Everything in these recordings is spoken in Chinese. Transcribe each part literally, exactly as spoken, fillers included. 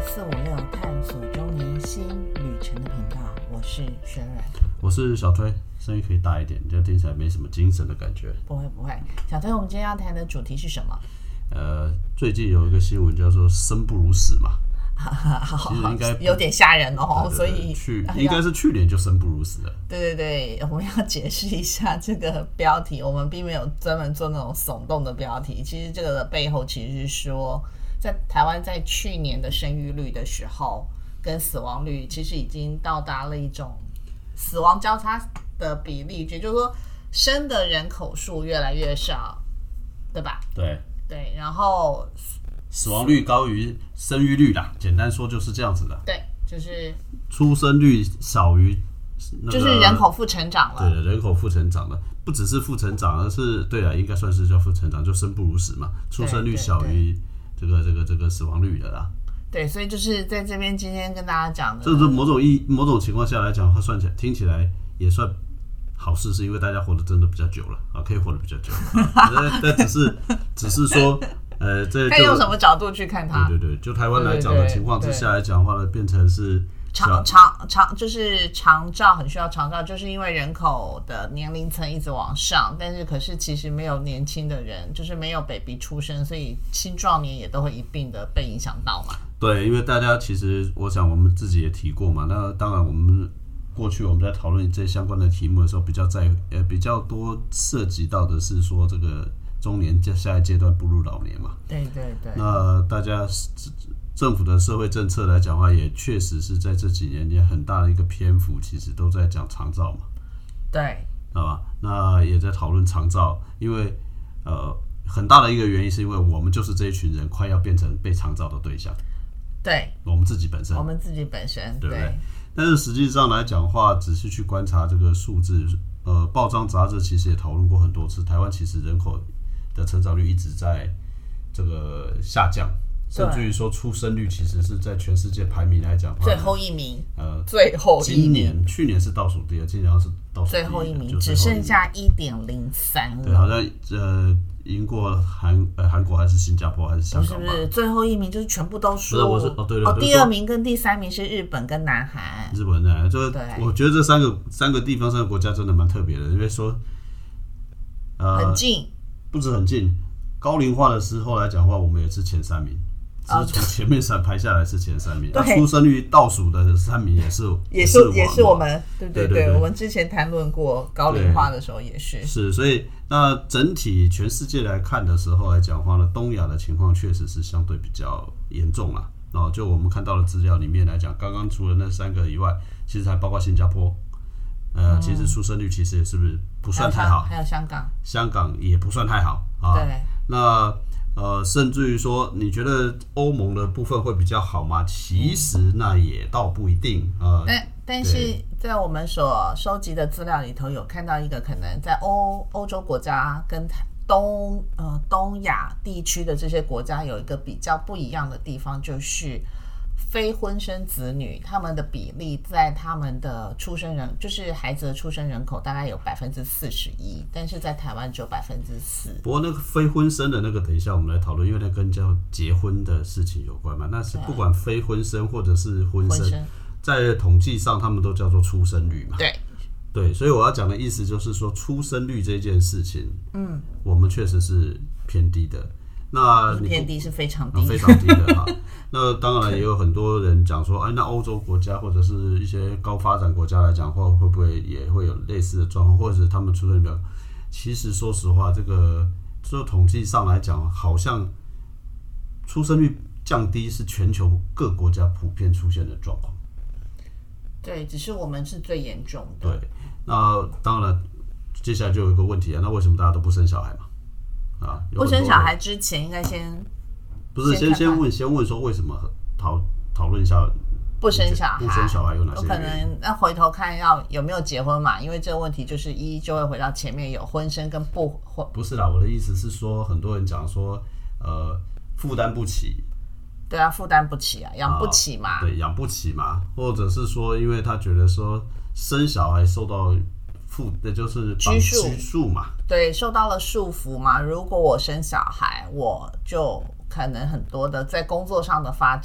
四五六探索中年新旅程的频道，我是轩然， 我是小推，声音可以大一点，这样听起来没什么精神的感觉。 不会不会，小推，我们今天要谈的主题是什么？ 呃，最近有一个新闻叫做"生不如死"嘛， 好其实应该有点吓人哦， 对对对， 所以去应该是去年就生不如死了。 对对对，我们要解释一下这个标题，我们并没有专门做那种耸动的标题。其实这个的背后其实是说，在台湾在去年的生育率的时候，跟死亡率其实已经到达了一种死亡交叉的比例，也就是说生的人口数越来越少，对吧？ 对对，然后死亡率高于生育率啦，简单说就是这样子的。 对，就是出生率小于、那个， 就是人口负成长了。 对，人口负成长了，不只是负成长，而是对啊，应该算是叫负成长，就生不如死嘛。出生率小于这个这个这个死亡率的啦。 对，所以就是在这边今天跟大家讲的， 这是某种意某种情况下来讲，它算起来听起来也算好事，是因为大家活得真的比较久了啊，可以活得比较久。但但只是只是说。呃，这看用什么角度去看它。 对对对，就台湾来讲的情况之下来讲的话呢，变成是长长长，就是长照很需要长照，就是因为人口的年龄层一直往上，但是可是其实没有年轻的人，就是没有 baby 出生，所以青壮年也都会一并的被影响到嘛。 对，因为大家其实我想我们自己也提过嘛，那当然我们过去我们在讨论这相关的题目的时候，比较在呃比较多涉及到的是说这个。中年下一阶段步入老年嘛， 对对对。 那大家政府的社会政策来讲的话，也确实是在这几年也很大的一个篇幅，其实都在讲长照嘛。 对， 好吧？那也在讨论长照，因为呃很大的一个原因是因为我们就是这一群人快要变成被长照的对象。 对， 我们自己本身， 我们自己本身， 对不对？ 对。 但是实际上来讲的话，只是去观察这个数字，呃，报章杂志其实也讨论过很多次，台湾其实人口的成长率一直在这个下降，甚至于说出生率其实是在全世界排名来讲最后一名， 呃， 最后一名。 今年去年是倒数第二，今年好像是倒数第一， 最后一名， 就只剩下一点零三了。 对，好像呃赢过韩呃韩国还是新加坡还是香港吧？ 不是不是，最后一名就是全部都输。 不是，哦对对， 哦，第二名跟第三名是日本跟南韩。 日本呢，就我觉得这三个三个地方三个国家真的蛮特别的，因为说呃很近。 不止很近，高龄化的时候来讲的话，我们也是前三名，只是从前面三排下来是前三名。啊、出生率倒数的三名也是也是也是我们，对对 对, 对, 对, 对， 我们之前谈论过高龄化的时候也是。 是，所以那整体全世界来看的时候来讲的话呢，东亚的情况确实是相对比较严重啦。哦，就我们看到的资料里面来讲，刚刚除了那三个以外，其实还包括新加坡。呃，嗯、其实出生率其实也是不是不算太好， 还有香港， 香港也不算太好啊。 对， 那呃，甚至于说，你觉得欧盟的部分会比较好吗？其实那也倒不一定啊。 但、呃、但是在我们所收集的资料里头，有看到一个可能在欧欧洲国家跟东呃东亚地区的这些国家有一个比较不一样的地方，就是非婚生子女，他们的比例在他们的出生人，就是孩子的出生人口大概有百分之四十一，但是在台湾只有百分之四。 不过那个非婚生的那个，等一下我们来讨论，因为那跟叫结婚的事情有关嘛。那是不管非婚生或者是婚生，婚在统计上他们都叫做出生率嘛。 对对，所以我要讲的意思就是说，出生率这件事情，嗯，我们确实是偏低的。那偏低是非常低、 啊，非常低的哈。那当然也有很多人讲说，哎，那欧洲国家或者是一些高发展国家来讲，会会不会也会有类似的状况，或者是他们出生率？其实说实话，这个就统计上来讲，好像出生率降低是全球各国家普遍出现的状况。 对，只是我们是最严重的。 对，那当然，接下来就有一个问题啊，那为什么大家都不生小孩嘛？啊， 不生小孩之前应该先不是先先问先问说为什么讨讨论一下不生小孩？ 不生小孩有哪些原因？ 有可能那回头看要有没有结婚嘛？因为这个问题就是一就会回到前面有婚生跟不婚。 不是啦，我的意思是说，很多人讲说呃负担不起。 对啊，负担不起啊，养不起嘛。 啊、对，养不起嘛，或者是说，因为他觉得说生小孩受到负，那就是拘束拘束嘛。 对，受到了束缚嘛。如果我生小孩，我就可能很多的在工作上的发展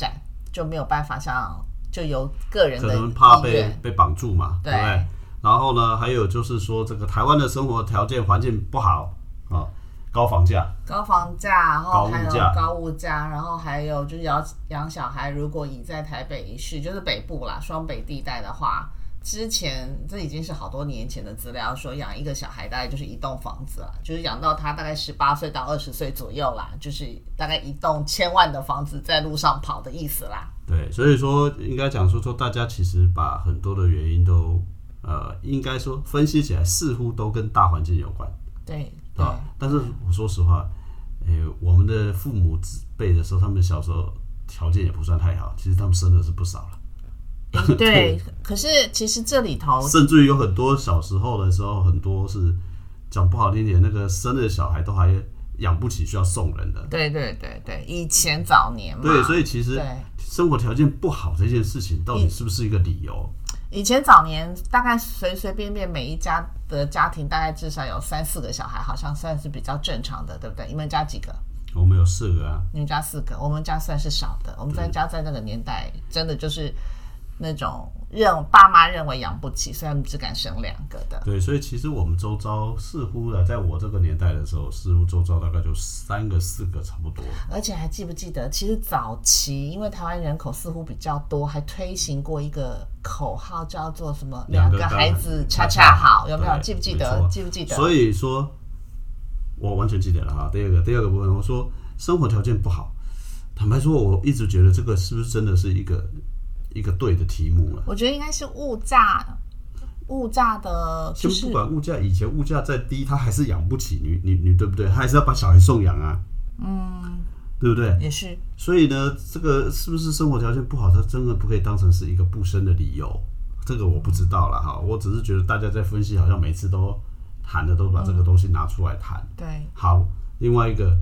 就没有办法像就由个人的可能怕意被愿被绑住嘛，对不对？然后呢，还有就是说，这个台湾的生活条件环境不好啊，高房价、 高房价，然后还有高物价高物价，然后还有就是养养小孩，如果以在台北一市，就是北部啦，双北地带的话，之前这已经是好多年前的资料，说养一个小孩大概就是一栋房子啦，就是养到他大概十八岁到二十岁左右啦，就是大概一栋千万的房子在路上跑的意思啦。 对，所以说应该讲说说大家其实把很多的原因都呃，应该说分析起来似乎都跟大环境有关。 对对、 啊，但是我说实话，诶、欸，我们的父母辈的时候，他们小时候条件也不算太好，其实他们生的是不少了。 欸、对，可是其实这里头， 甚至于有很多小时候的时候，很多是讲不好听点，那个生的小孩都还养不起，需要送人的。 对对对对，以前早年嘛， 对，所以其实生活条件不好这件事情，到底是不是一个理由？ 以前早年大概随随便便每一家的家庭大概至少有三四个小孩，好像算是比较正常的，对不对？你们家几个？ 我们有四个啊。 你们家四个，我们家算是少的。我们家在那个年代真的就是那种认爸妈认为养不起，所以他们只敢生两个的。 对，所以其实我们周遭似乎的，在我这个年代的时候，似乎周遭大概就三个四个差不多。 而且还记不记得，其实早期因为台湾人口似乎比较多，还推行过一个口号叫做什么？两个孩子恰恰好，有没有？记不记得？记不记得？ 所以说，我完全记得了哈。第二个，第二个部分，我说生活条件不好，坦白说，我一直觉得这个是不是真的是一个一个对的题目了？ 我觉得应该是物价。物价的，就是先不管物价，以前物价再低，他还是养不起你，你你对不对？他还是要把小孩送养啊，嗯，对不对？ 也是。 所以呢，这个是不是生活条件不好，它真的不可以当成是一个不生的理由？这个我不知道了哈，我只是觉得大家在分析，好像每次都谈的都把这个东西拿出来谈、嗯。 对。 好，另外一个，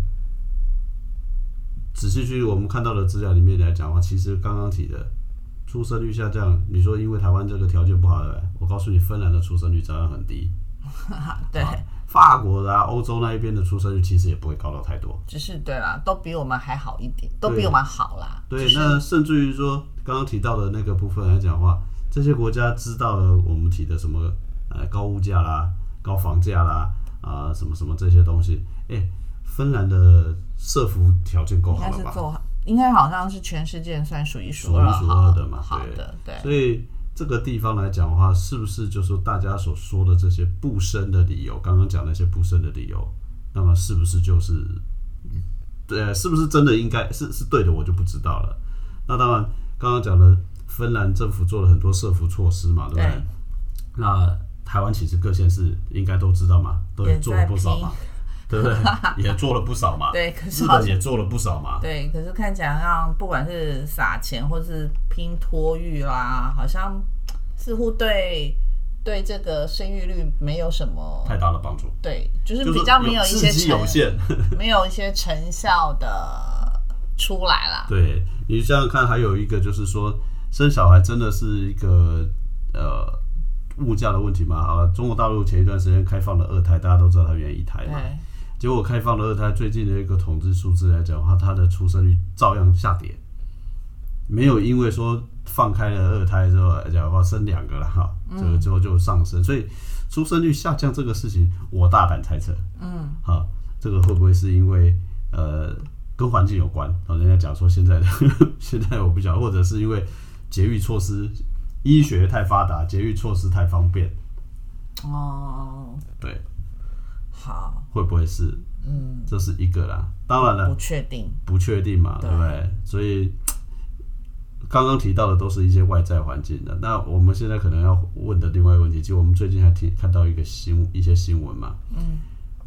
仔细去我们看到的资料里面来讲的话，其实刚刚提的。出生率下降，你说因为台湾这个条件不好的，我告诉你，芬兰的出生率照样很低。 对、 啊，法国的、啊、欧洲那一边的出生率其实也不会高到太多。 只是对啦，都比我们还好一点，都比我们好啦。 对，就是、那甚至于说刚刚提到的那个部分来讲的话，这些国家知道了我们提的什么呃高物价啦、高房价啦啊、呃、什么什么这些东西，哎、欸，芬兰的社福条件够好了吧？ 应该好像是全世界算数一数二数一数二的嘛， 好的，对。 所以这个地方来讲的话，是不是就是说大家所说的这些不生的理由，刚刚讲那些不生的理由，那么是不是就是，对，是不是真的应该是是对的，我就不知道了。那当然，刚刚讲的芬兰政府做了很多社福措施嘛，对不对？对。那台湾其实各县市应该都知道嘛，都也做了不少嘛。对不对？也做了不少嘛。 对，可是日本也做了不少嘛。 对，可是看起来好像不管是撒钱或是拼托育啦，好像似乎对对这个生育率没有什么太大的帮助。 对，就是比较没有一些成有限没有一些成效的出来啦。 对，你想想看，还有一个就是说，生小孩真的是一个呃。物价的问题嘛，啊，中国大陆前一段时间开放了二胎，大家都知道它原一胎嘛，结果开放了二胎，最近的一个统计数字来讲的话，它的出生率照样下跌，没有因为说放开了二胎之后来讲的话生两个了哈，这个之后就上升，所以出生率下降这个事情，我大胆猜测，嗯，好，这个会不会是因为呃跟环境有关？啊，人家讲说现在的现在我不晓得，或者是因为节育措施。医学太发达，节育措施太方便。 哦， 对， 好， 会不会是？嗯，这是一个啦。当然了， 不确定， 不确定嘛， 对, 对不对？所以刚刚提到的都是一些外在环境的。那我们现在可能要问的另外一个问题，就我们最近还听看到一个新一些新闻嘛，嗯，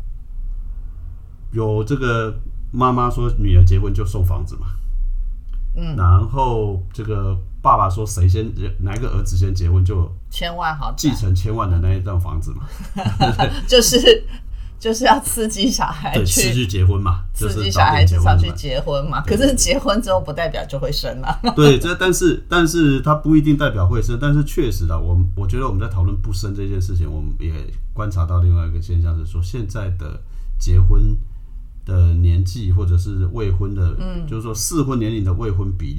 有这个妈妈说女儿结婚就送房子嘛，嗯，然后这个。爸爸说：“谁先哪一个儿子先结婚，就千万好继承千万的那一栋房子嘛， 就是就是要刺激小孩去刺激结婚嘛， 刺激小孩至少去结婚嘛。可是结婚之后不代表就会生啊。 对，这但是但是它不一定代表会生，但是确实啊，我我觉得我们在讨论不生这件事情，我们也观察到另外一个现象是说，现在的结婚的年纪或者是未婚的，嗯，就是说适婚年龄的未婚比例。”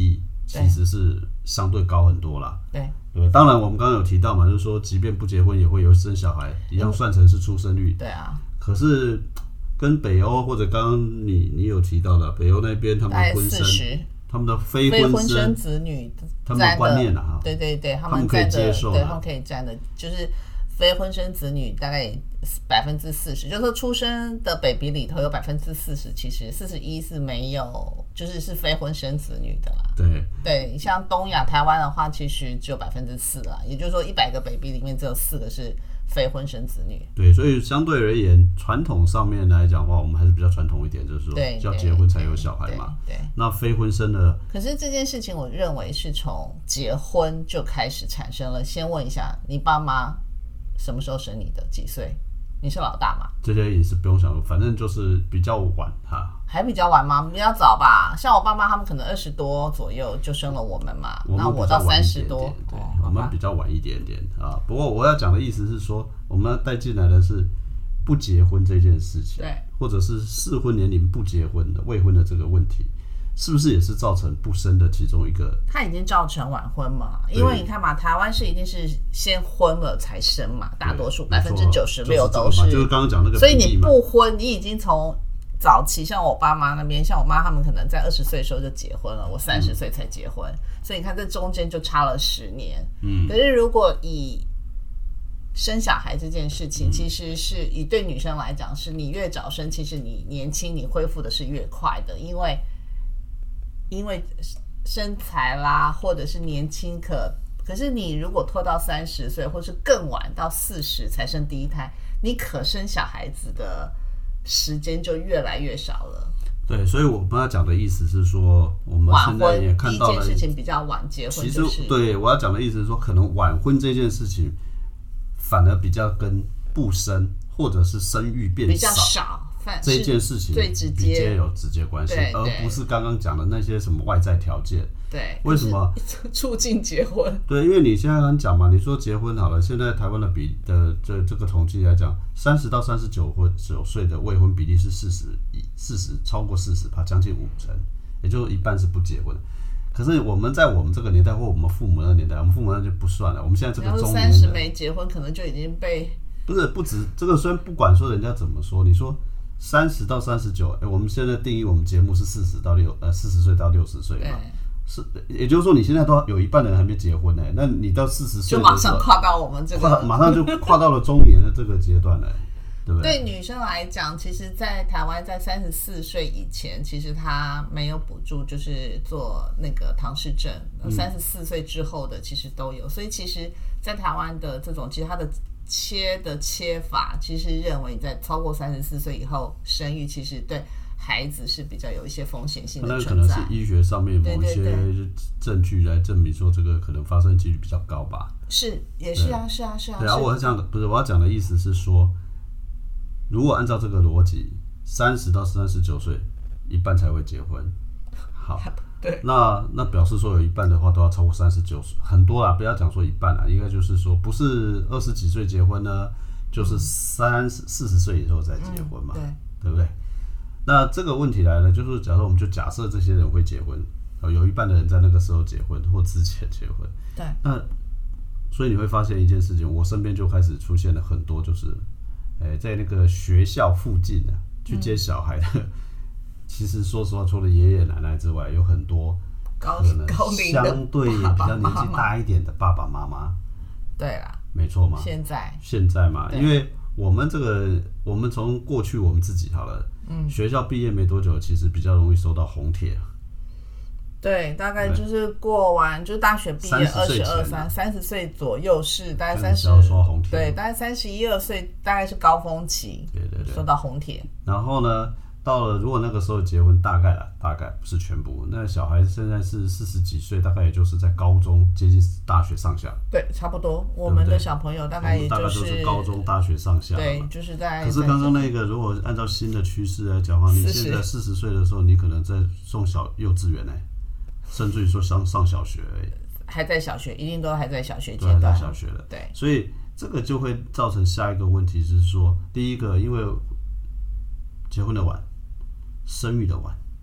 其实是相对高很多啦。 对， 对，当然我们刚刚有提到嘛，就是说，即便不结婚也会有生小孩，一样算成是出生率。 对啊。可是跟北欧或者刚刚你你有提到的北欧那边，他们的婚生，他们的非婚生子女， 他们的观念啊， 对对对，他们可以接受， 对，他们可以占的，就是非婚生子女大概百分之四十，就是说出生的 baby 里头有百分之四十，其实四十一是没有，就是是非婚生子女的啦。 对对，像东亚台湾的话，其实只有百分之四啦，也就是说一百个 baby 里面只有四个是非婚生子女。 对，所以相对而言，传统上面来讲的话，我们还是比较传统一点，就是说要结婚才有小孩嘛。 对，对那非婚生的， 可是这件事情，我认为是从结婚就开始产生了。先问一下，你爸妈什么时候生你的？几岁？你是老大嘛？ 这些也是不用想，反正就是比较晚哈。 还比较晚吗？比较早吧。像我爸妈他们可能二十多左右就生了我们嘛，然后我到三十多， 对，哦、我们比较晚一点点啊。不过我要讲的意思是说，我们带进来的是不结婚这件事情， 对， 或者是适婚年龄不结婚的未婚的这个问题。是不是也是造成不生的其中一个？ 它已经造成晚婚嘛？因为你看嘛，台湾是一定是先婚了才生嘛，大多数百分之九十六都是。 就是刚刚讲那个， 所以你不婚，你已经从早期，像我爸妈那边，像我妈他们可能在二十岁的时候就结婚了，我三十岁才结婚，嗯、所以你看这中间就差了十年。嗯，可是如果以生小孩这件事情，其实是以对女生来讲，是你越早生，其实你年轻，你恢复的是越快的，因为。因为身材啦，或者是年轻可，可是你如果拖到三十岁，或是更晚到四十才生第一胎，你可生小孩子的时间就越来越少了。 对，所以我们要讲的意思是说，我们现在也看到了第一件事情比较晚结婚、就是。 其实，对我要讲的意思是说，可能晚婚这件事情，反而比较跟不生或者是生育变少比较少。 这一件事情最直接比较有直接关系，而不是刚刚讲的那些什么外在条件。 对， 为什么促进结婚？ 对，因为你现在刚讲嘛，你说结婚好了，现在台湾的比的这这个统计来讲，三十到三十九或九岁的未婚比例是四十，四十超过四十趴，将近五成，也就一半是不结婚。可是我们在我们这个年代或我们父母那个年代，我们父母那就不算了。我们现在这个中年人， 三十没结婚，可能就已经被不是不止这个，虽然不管说人家怎么说，你说。三十到三十九，哎，我们现在定义我们节目是四十到六呃四十岁到六十岁嘛，是，也就是说你现在都有一半的人还没结婚呢，那你到四十岁就马上跨到我们这个， 马上就跨到了中年的这个阶段了，对不对？ 对女生来讲，其实，在台湾在三十四岁以前，其实她没有补助，就是做那个唐氏症，三十四岁之后的其实都有，所以其实，在台湾的这种，其实它的。切的切法其实认为在超过三十四岁以后生育，其实对孩子是比较有一些风险性的存在。 那可能是医学上面某一些证据来证明说这个可能发生几率比较高吧。 是，也是啊，是啊，是啊。 对啊，我要讲的不是我要讲的意思是说，如果按照这个逻辑，三十到三十九岁一半才会结婚。好。 对， 那那表示说有一半的话都要超过三十九岁，很多啦，不要讲说一半啦，应该就是说不是二十几岁结婚呢，就是三十四十岁以后再结婚嘛， 嗯、 对，对不对？那这个问题来了，就是假如我们就假设这些人会结婚，有一半的人在那个时候结婚或之前结婚， 对， 那所以你会发现一件事情，我身边就开始出现了很多，就是，哎，在那个学校附近啊，去接小孩的。嗯其实说实话，除了爷爷奶奶之外，有很多可能相对比较年纪大一点的爸爸妈妈。 对啦， 没错嘛。 现在现在嘛，因为我们这个，我们从过去我们自己好了，嗯，学校毕业没多久，其实比较容易收到红帖。 对，大概就是过完，就是大学毕业二十二三，三十岁左右是大概三十，对，大概三十一二岁，大概是高峰期， 对对对， 收到红帖。 然后呢？到了，如果那个时候结婚，大概啦，大概不是全部。那小孩现在是四十几岁，大概也就是在高中接近大学上下。 对，差不多。我们的小朋友大概也就是、 就是高中、大学上下。 对，就是在。 可是刚刚那个，如果按照新的趋势来讲的话，你现在四十岁的时候，你可能在送小幼稚园呢、欸，甚至于说上上小学而已。 还在小学，一定都还在小学阶段。 在小学了。对。所以这个就会造成下一个问题是说，第一个，因为结婚的晚。生育的晚，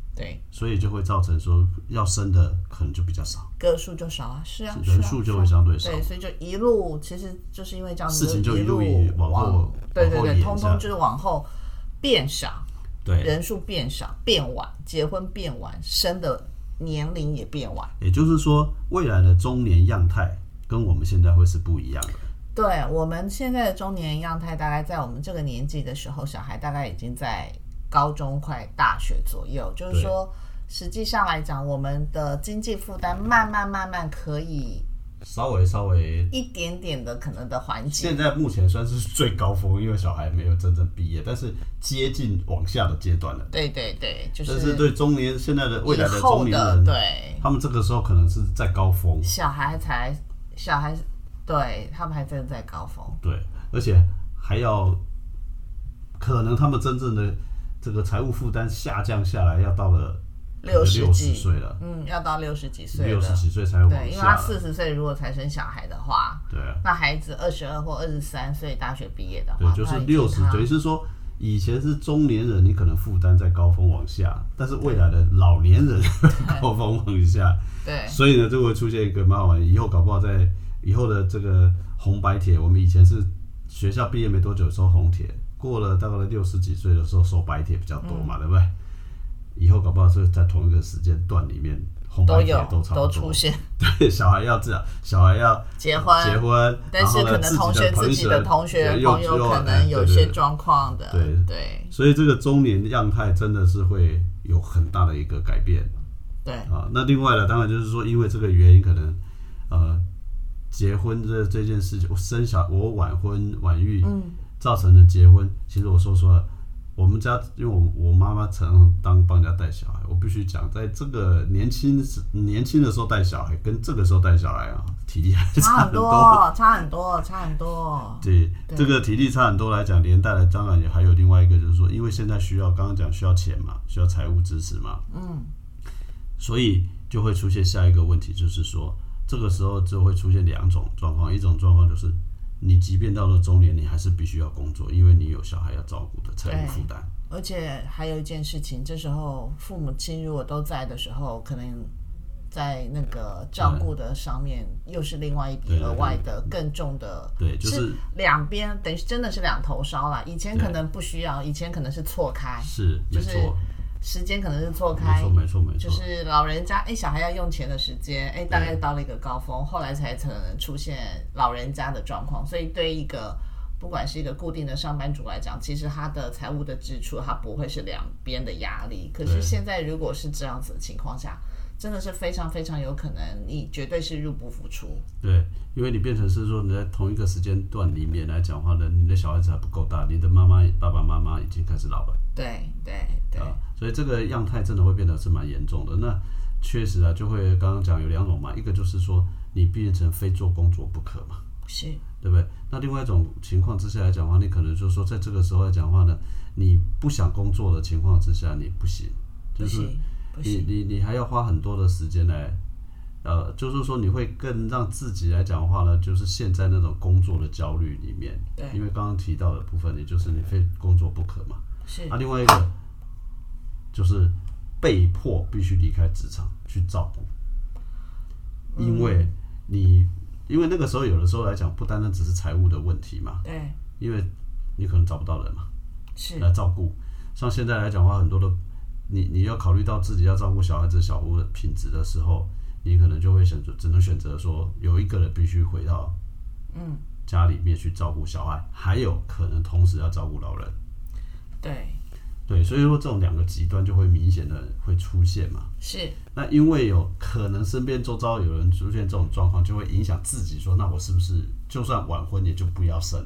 对， 所以就会造成说要生的可能就比较少， 个数就少啊，是啊， 人数就会相对少， 对，所以就一路其实就是因为这样子， 事情就一路往后， 对对对，通通就就是往后变少， 对， 人数变少，变晚，结婚变晚，生的年龄也变晚， 也就是说，未来的中年样态跟我们现在会是不一样的。 对，我们现在的中年样态，大概在我们这个年纪的时候，小孩大概已经在高中快大学左右，就是说实际上来讲，我们的经济负担慢慢慢慢可以稍微稍微一点点的可能的缓解。 现在目前算是最高峰，因为小孩没有真正毕业，但是接近往下的阶段了。 对对对，就是但是对中年现在的未来的中年人， 对， 他们这个时候可能是在高峰， 小孩才小孩，对他们还真的在高峰， 对，而且还要可能他们真正的这个财务负担下降下来，要到了六十几岁了， 嗯，要到六十几岁了， 六十几岁才会往下。 对，因为他四十岁如果才生小孩的话， 对啊， 那孩子二十二或二十三岁大学毕业的话， 对，就是六十，等于是说以前是中年人，你可能负担在高峰往下，但是未来的老年人高峰往下， 对， 所以呢就会出现一个蛮好玩，以后搞不好在以后的这个红白帖，我们以前是学校毕业没多久收红帖，过了大概六十几岁的时候收白帖比较多嘛，嗯、对不对？以后搞不好是在同一个时间段里面，红白帖都差不多都出现。 对，小孩要这样，小孩要结婚， 结婚， 但是可能同学自己的同学朋友可能有些状况的， 对 对, 对。所以这个中年样态真的是会有很大的一个改变。 对啊，那另外呢，当然就是说，因为这个原因，可能呃，结婚这这件事情，我生小我晚婚晚育，嗯，造成的结婚，其实我说实话。我们家因为我我妈妈常常当帮人家带小孩，我必须讲，在这个年轻年轻的时候带小孩，跟这个时候带小孩啊，体力还是差很多， 差很多，差很多。 对，对这个体力差很多来讲，连带的当然也还有另外一个，就是说，因为现在需要刚刚讲需要钱嘛，需要财务支持嘛，嗯，所以就会出现下一个问题，就是说，这个时候就会出现两种状况，一种状况就是。你即便到了中年，你还是必须要工作，因为你有小孩要照顾的财务负担。 而且还有一件事情，这时候父母亲如果都在的时候，可能在那个照顾的上面又是另外一笔额外的更重的， 对，就是两边等于真的是两头烧啦。以前可能不需要，以前可能是错开， 是没错。就是时间可能是错开， 没错没错没错， 就是老人家哎，小孩要用钱的时间哎，大概到了一个高峰，后来才可能出现老人家的状况。所以对一个不管是一个固定的上班族来讲，其实他的财务的支出，他不会是两边的压力。可是现在如果是这样子的情况下，真的是非常非常有可能，你绝对是入不敷出。 对，因为你变成是说你在同一个时间段里面来讲话呢，你的小孩子还不够大，你的妈妈、爸爸妈妈已经开始老了。 对对对、啊， 所以这个样态真的会变得是蛮严重的。那确实啊，就会刚刚讲有两种嘛，一个就是说你变成非做工作不可嘛， 是， 对不对？那另外一种情况之下来讲的话，你可能就是说在这个时候来讲的话呢，你不想工作的情况之下，你不行，就是你你你还要花很多的时间来，呃，就是说你会更让自己来讲的话呢，就是陷在那种工作的焦虑里面。 对， 因为刚刚提到的部分，也就是你非工作不可嘛。 是。 啊，另外一个就是被迫必须离开职场去照顾，嗯、因为你因为那个时候有的时候来讲，不单单只是财务的问题嘛。 对。 因为你可能找不到人嘛， 是来照顾。像现在来讲的话，很多的。你你要考虑到自己要照顾小孩子小屋的品质的时候，你可能就会选择只能选择说有一个人必须回到嗯家里面去照顾小孩，还有可能同时要照顾老人。 对对，所以说这种两个极端就会明显的会出现嘛。 是。 那因为有可能身边周遭有人出现这种状况，就会影响自己说，那我是不是就算晚婚也就不要生？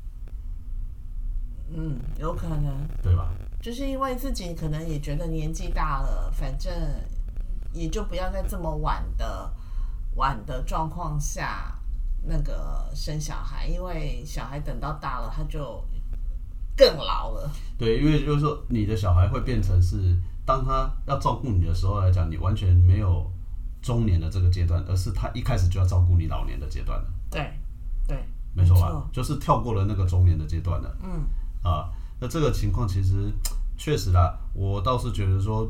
嗯，有可能， 对吧？ 就是因为自己可能也觉得年纪大了，反正也就不要在这么晚的晚的状况下那个生小孩，因为小孩等到大了他就更老了。 对，因为就是说你的小孩会变成是，当他要照顾你的时候来讲，你完全没有中年的这个阶段，而是他一开始就要照顾你老年的阶段了。 对对， 没错吧？就是跳过了那个中年的阶段了。嗯啊，那这个情况其实确实啦，我倒是觉得说，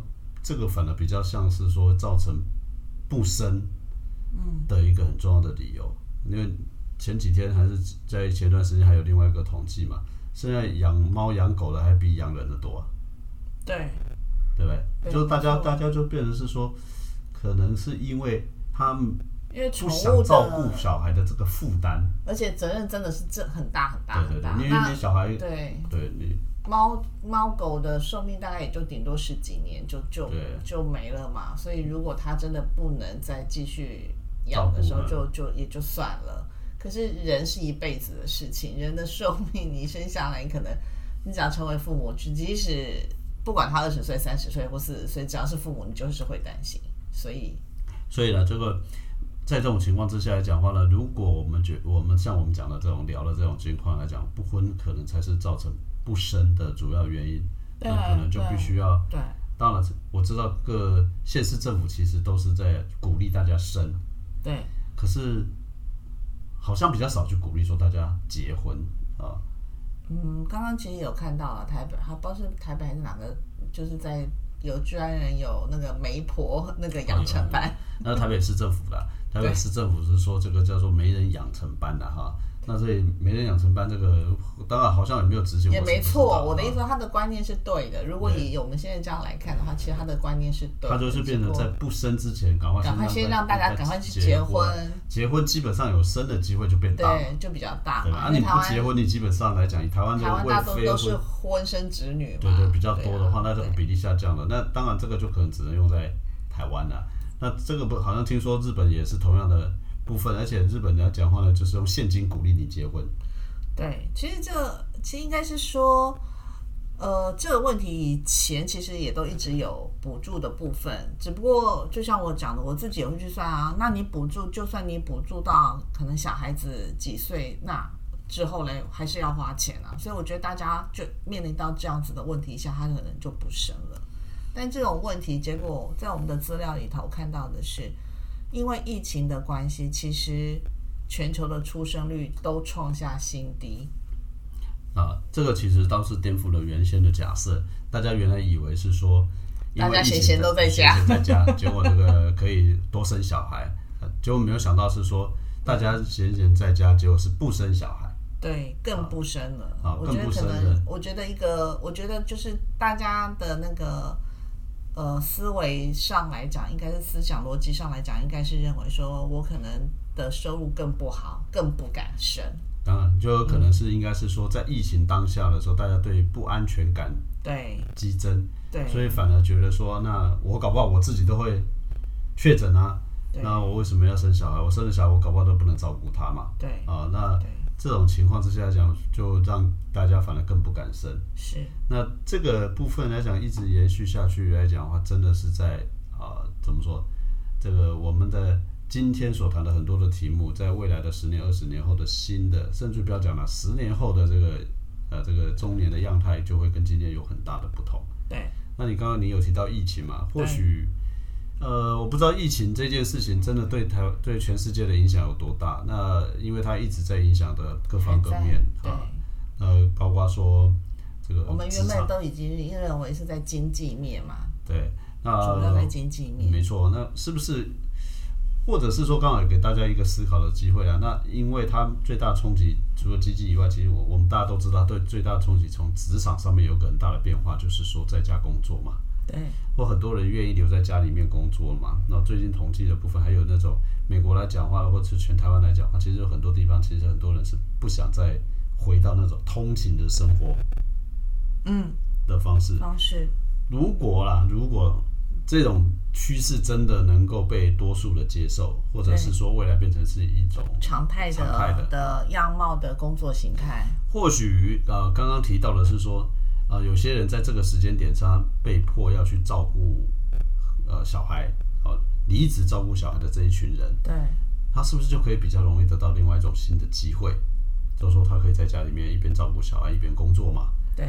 这个反而比较像是说造成不生的一个很重要的理由，因为前几天还是在前段时间还有另外一个统计嘛，现在养猫养狗的还比养人的多、啊， 对， 对不对？ 对就大家大家就变成是说，可能是因为他们因为宠不物想照顾的， 小孩的这个负担， 而且责任真的是这很大很大对对很大。 对，因为你小孩， 对对你猫猫狗的寿命大概也就顶多十几年就就就没了嘛，所以如果它真的不能再继续养的时候就，就就也就算了。可是人是一辈子的事情，人的寿命你生下来，你可能你只要成为父母，即使不管他二十岁、三十岁或四十岁，只要是父母，你就是会担心。所以， 所以呢，这个在这种情况之下来讲话呢，如果我们觉我们像我们讲的这种聊的这种情况来讲，不婚可能才是造成不生的主要原因，那可能就必须要。 对。 当然，我知道各县市政府其实都是在鼓励大家生， 对。 可是好像比较少去鼓励说大家结婚啊。 嗯，刚刚其实有看到了台北，还不知道是台北还是哪个，就是在有居然人有那个媒婆那个养成班。 那台北市政府啦，台北市政府是说这个叫做媒人养成班的哈。那所以媒人养成班这个，当然好像也没有执行， 也没错。我的意思说，他的观念是对的。如果以我们现在这样来看的话，其实他的观念是对的。 他就是变成在不生之前，赶快赶快先让大家赶快去结婚， 结婚基本上有生的机会就变大， 对，就比较大嘛。 对吧？啊，你不结婚，你基本上来讲，以台湾的台湾大多都是婚生子女嘛， 对对，比较多的话，那这个比例下降了。那当然，这个就可能只能用在台湾了。那这个不好像听说日本也是同样的部分，而且日本人讲话呢，就是用现金鼓励你结婚。 对，其实这其实应该是说，呃，这个问题以前其实也都一直有补助的部分，只不过就像我讲的，我自己也会去算啊。那你补助，就算你补助到可能小孩子几岁，那之后嘞还是要花钱啊。所以我觉得大家就面临到这样子的问题下，他可能就不生了。但这种问题，结果在我们的资料里头看到的是，因为疫情的关系，其实全球的出生率都创下新低。 啊，这个其实倒是颠覆了原先的假设。大家原来以为是说， 大家闲闲都在家， 闲闲在家，结果这个可以多生小孩，结果没有想到是说，大家闲闲在家，结果是不生小孩。 对，更不生了。 啊， 我觉得可能，我觉得一个，我觉得就是大家的那个。呃，思维上来讲，应该是思想逻辑上来讲，应该是认为说我可能的收入更不好，更不敢生。 当然，就有可能是应该是说，在疫情当下的时候，大家对不安全感对激增， 对， 所以反而觉得说，那我搞不好我自己都会确诊啊，那我为什么要生小孩？我生了小孩，我搞不好都不能照顾他嘛。 对啊，那这种情况之下来讲，就让大家反而更不敢生。 是。 那这个部分来讲，一直延续下去来讲的话，真的是在啊、呃，怎么说？这个我们的今天所谈的很多的题目，在未来的十年、二十年后的新的，甚至不要讲了，十年后的这个呃这个中年的样态，就会跟今天有很大的不同。 对。 那你刚刚你有提到疫情嘛？或许。呃，我不知道疫情这件事情真的对台对全世界的影响有多大。那因为它一直在影响的各方各面啊，呃，包括说这个我们原本都已经认为是在经济面嘛， 对，那主要在经济面， 没错。那是不是，或者是说，刚好也给大家一个思考的机会啊？那因为它最大冲击除了经济以外，其实我我们大家都知道，对最大的冲击从职场上面有个很大的变化，就是说在家工作嘛。 对， 或很多人愿意留在家里面工作嘛。那最近统计的部分，还有那种美国来讲话，或者是全台湾来讲话，其实有很多地方，其实很多人是不想再回到那种通勤的生活，嗯的方式。 方式， 如果啦，如果这种趋势真的能够被多数的接受，或者是说未来变成是一种常态的常态的的样貌的工作形态， 或许呃，刚刚提到的是说。呃，有些人在这个时间点上被迫要去照顾呃小孩，呃，离职照顾小孩的这一群人， 对， 他是不是就可以比较容易得到另外一种新的机会？就是说，他可以在家里面一边照顾小孩一边工作嘛？ 对。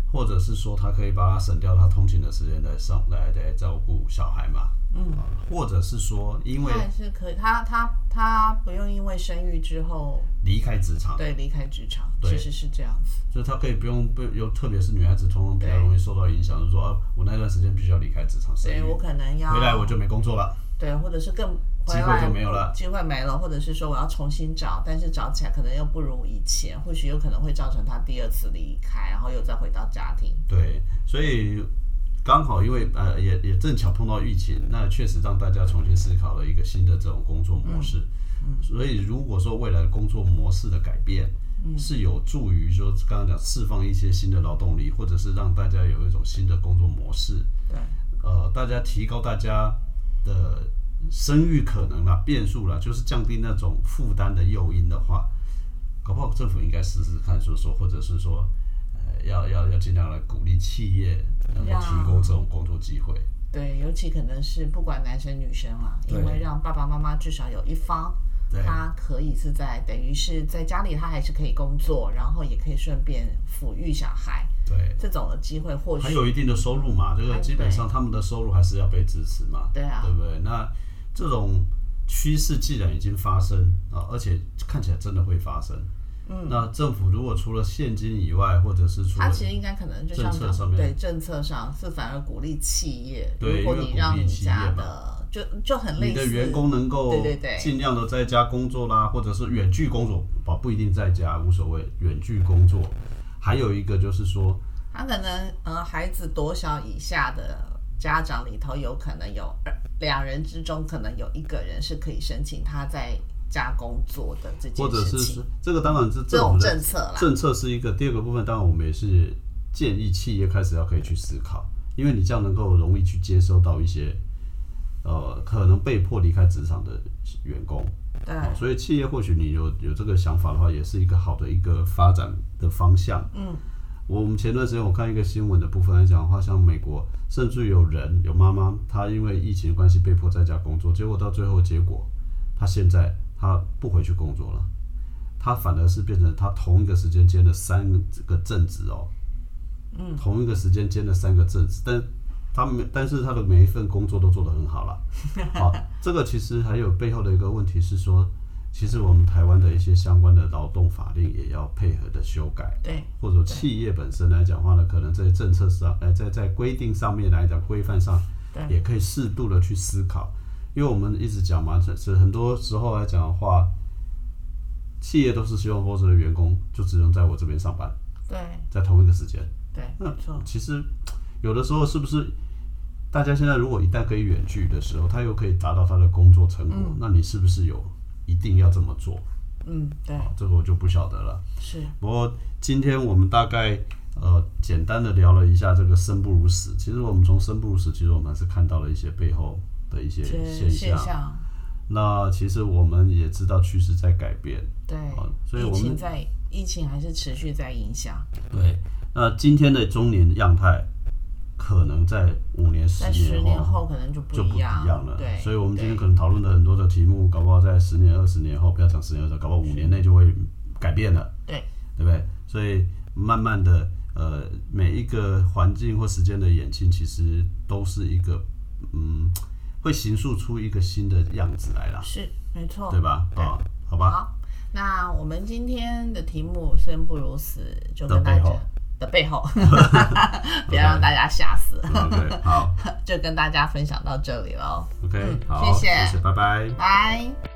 或者是说他可以把他省掉他通勤的时间来上来来照顾小孩嘛，嗯，或者是说因为他还是可以，他他他不用因为生育之后离开职场， 对，离开职场，其实是这样子， 就是他可以不用不有，特别是女孩子通常比较容易受到影响，就是说啊，我那段时间必须要离开职场， 对我可能要回来我就没工作了， 对，或者是更机会就没有了， 机会没了，或者是说我要重新找，但是找起来可能又不如以前，或许有可能会造成他第二次离开，然后又再回到家庭。 对，所以刚好因为呃也也正巧碰到疫情，那确实让大家重新思考了一个新的这种工作模式。嗯嗯、所以如果说未来的工作模式的改变，嗯、是有助于说刚刚讲释放一些新的劳动力，或者是让大家有一种新的工作模式。 对， 呃，大家提高大家的生育可能啦、变数啦，就是降低那种负担的诱因的话，搞不好政府应该试试看，说说，或者是说，呃，要要要尽量来鼓励企业能够提供这种工作机会。 对，尤其可能是不管男生女生啦，因为让爸爸妈妈至少有一方，他可以是在等于是在家里，他还是可以工作，然后也可以顺便抚育小孩。 对， 这种的机会或许还有一定的收入嘛，这个基本上他们的收入还是要被支持嘛， 对啊， 对不对？那这种趋势既然已经发生啊，而且看起来真的会发生，嗯，那政府如果除了现金以外，或者是除了它其实应该可能就像政策上面， 对政策上是反而鼓励企业， 对， 如果你让你家的就就很类似， 你的员工能够对对对尽量的在家工作啦，或者是远距工作，不一定在家无所谓，远距工作。还有一个就是说， 他可能呃孩子多小以下的家长里头，有可能有两人之中可能有一个人是可以申请他在家工作的这件事情， 或者是这个当然是这种政策啦， 政策是一个第二个部分，当然我们也是建议企业开始要可以去思考，因为你这样能够容易去接收到一些呃可能被迫离开职场的员工。 对、 哦，所以企业或许你有有这个想法的话，也是一个好的一个发展的方向。嗯，我们前段时间我看一个新闻的部分来讲的话，像美国甚至有人有妈妈，她因为疫情的关系被迫在家工作，结果到最后结果，她现在她不回去工作了，她反而是变成她同一个时间兼了三个正职哦，嗯，同一个时间兼了三个正职，但他但是他的每一份工作都做得很好了，好，这个其实还有背后的一个问题是说，其实我们台湾的一些相关的劳动法令也要配合的修改， 对， 或者企业本身来讲的话呢，可能在政策上，呃，在在规定上面来讲，规范上，也可以适度的去思考，因为我们一直讲嘛，是很多时候来讲的话，企业都是希望或者员工就只能在我这边上班， 对， 在同一个时间， 对，没错， 其实有的时候是不是？大家现在如果一旦可以远距的时候，他又可以达到他的工作成果，嗯、那你是不是有一定要这么做？ 嗯，对， 这个我就不晓得了。 是， 不过今天我们大概呃简单的聊了一下这个生不如死。其实我们从生不如死，其实我们还是看到了一些背后的一些现象。 现象那其实我们也知道趋势在改变， 对， 啊、所以我们疫情在疫情还是持续在影响。 对，那今天的中年样态。可能在五年、十年后， 十年后可能就不一样， 就不一样了。 对， 所以我们今天可能讨论的很多的题目，搞不好在十年、二十年后，不要讲十年、二十，搞不好五年内就会改变了。 对， 对不对？所以慢慢的，呃，每一个环境或时间的演进，其实都是一个，嗯，会形塑出一个新的样子来啦。 是，没错， 对吧？ 对， 啊，好吧。 好，那我们今天的题目“生不如死”，就跟大家。的背后，不要让大家吓死。 Okay, 好， 就跟大家分享到这里喽。 OK，、嗯、好， 谢谢， 谢谢，拜拜， 拜。